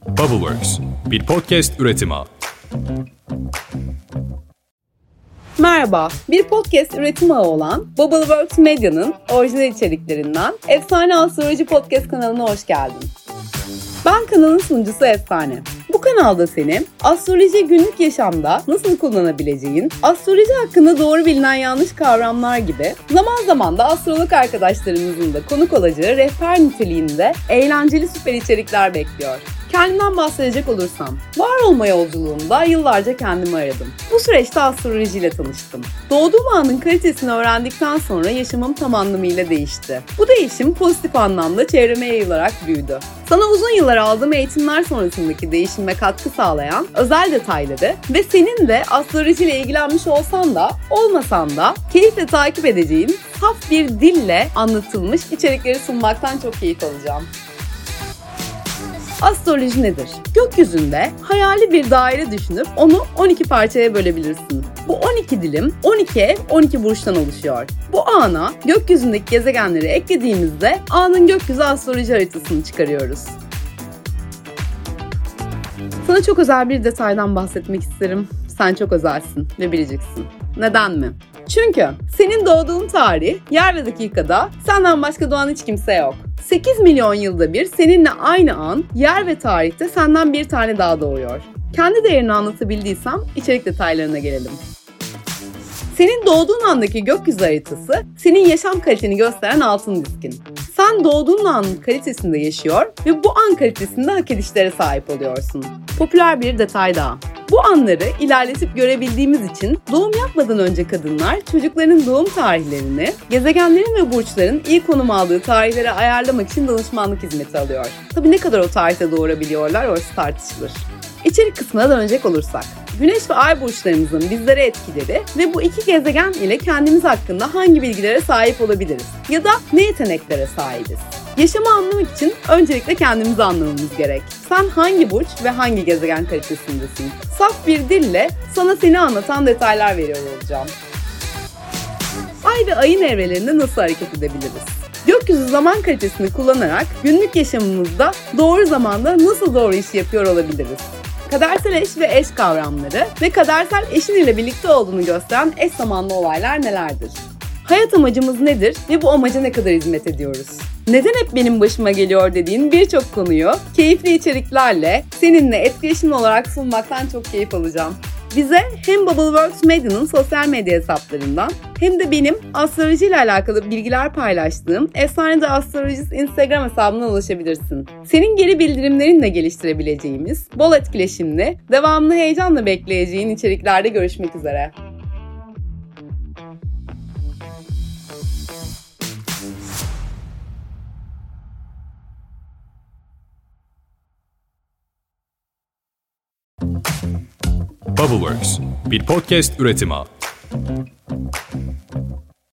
Bubbleworks, bir podcast üretimi. Merhaba, bir podcast üretim ağı olan Bubbleworks Medya'nın orijinal içeriklerinden Efsane Astroloji Podcast kanalına hoş geldin. Ben kanalın sunucusu Efsane. Bu kanalda seni astroloji günlük yaşamda nasıl kullanabileceğin, astroloji hakkında doğru bilinen yanlış kavramlar gibi zaman zaman da astrolog arkadaşlarımızın da konuk olacağı rehber niteliğinde eğlenceli süper içerikler bekliyor. Kendimden bahsedecek olursam, var olma yolculuğumda yıllarca kendimi aradım. Bu süreçte astrolojiyle tanıştım. Doğduğum anın kalitesini öğrendikten sonra yaşamım tam anlamıyla değişti. Bu değişim pozitif anlamda çevreme yayılarak büyüdü. Sana uzun yıllar aldığım eğitimler sonrasındaki değişime katkı sağlayan özel detayları ve senin de astrolojiyle ilgilenmiş olsan da olmasan da keyifle takip edeceğin saf bir dille anlatılmış içerikleri sunmaktan çok keyif alacağım. Astroloji nedir? Gökyüzünde hayali bir daire düşünüp onu 12 parçaya bölebilirsin. Bu 12 dilim 12 ev 12 burçtan oluşuyor. Bu ana gökyüzündeki gezegenleri eklediğimizde anın gökyüzü astroloji haritasını çıkarıyoruz. Sana çok özel bir detaydan bahsetmek isterim. Sen çok özelsin ve biriciksin. Neden mi? Çünkü senin doğduğun tarih, yer ve dakikada senden başka doğan hiç kimse yok. 8 milyon yılda bir seninle aynı an, yer ve tarihte senden bir tane daha doğuyor. Kendi değerini anlatabildiysem içerik detaylarına gelelim. Senin doğduğun andaki gökyüzü haritası, senin yaşam kaliteni gösteren altın diskin. Sen doğduğun anın kalitesinde yaşıyor ve bu an kalitesinde hak edişlere sahip oluyorsun. Popüler bir detay daha. Bu anları ilerletip görebildiğimiz için doğum yapmadan önce kadınlar çocukların doğum tarihlerini, gezegenlerin ve burçların iyi konum aldığı tarihlere ayarlamak için danışmanlık hizmeti alıyor. Tabii ne kadar o tarihte doğurabiliyorlar orası tartışılır. İçerik kısmına dönecek olursak, Güneş ve Ay burçlarımızın bizlere etkileri ve bu iki gezegen ile kendimiz hakkında hangi bilgilere sahip olabiliriz ya da ne yeteneklere sahibiz? Yaşamı anlamak için öncelikle kendimizi anlamamız gerek. Sen hangi burç ve hangi gezegen kalitesindesin? Saf bir dille sana seni anlatan detaylar veriyor olacağım. Ay ve ayın evrelerinde nasıl hareket edebiliriz? Gökyüzü zaman kalitesini kullanarak günlük yaşamımızda doğru zamanda nasıl doğru iş yapıyor olabiliriz? Kadersel eş ve eş kavramları ve kadersel eşin ile birlikte olduğunu gösteren eş zamanlı olaylar nelerdir? Hayat amacımız nedir ve bu amaca ne kadar hizmet ediyoruz? Neden hep benim başıma geliyor dediğin birçok konuyu keyifli içeriklerle seninle etkileşim olarak sunmaktan çok keyif alacağım. Bize hem Bubbleworks Medya'nın sosyal medya hesaplarından hem de benim astroloji ile alakalı bilgiler paylaştığım Efsane de Astrolojist Instagram hesabına ulaşabilirsin. Senin geri bildirimlerinle geliştirebileceğimiz, bol etkileşimli, devamlı heyecanla bekleyeceğin içeriklerde görüşmek üzere. Bubbleworks, bir podcast üretimi.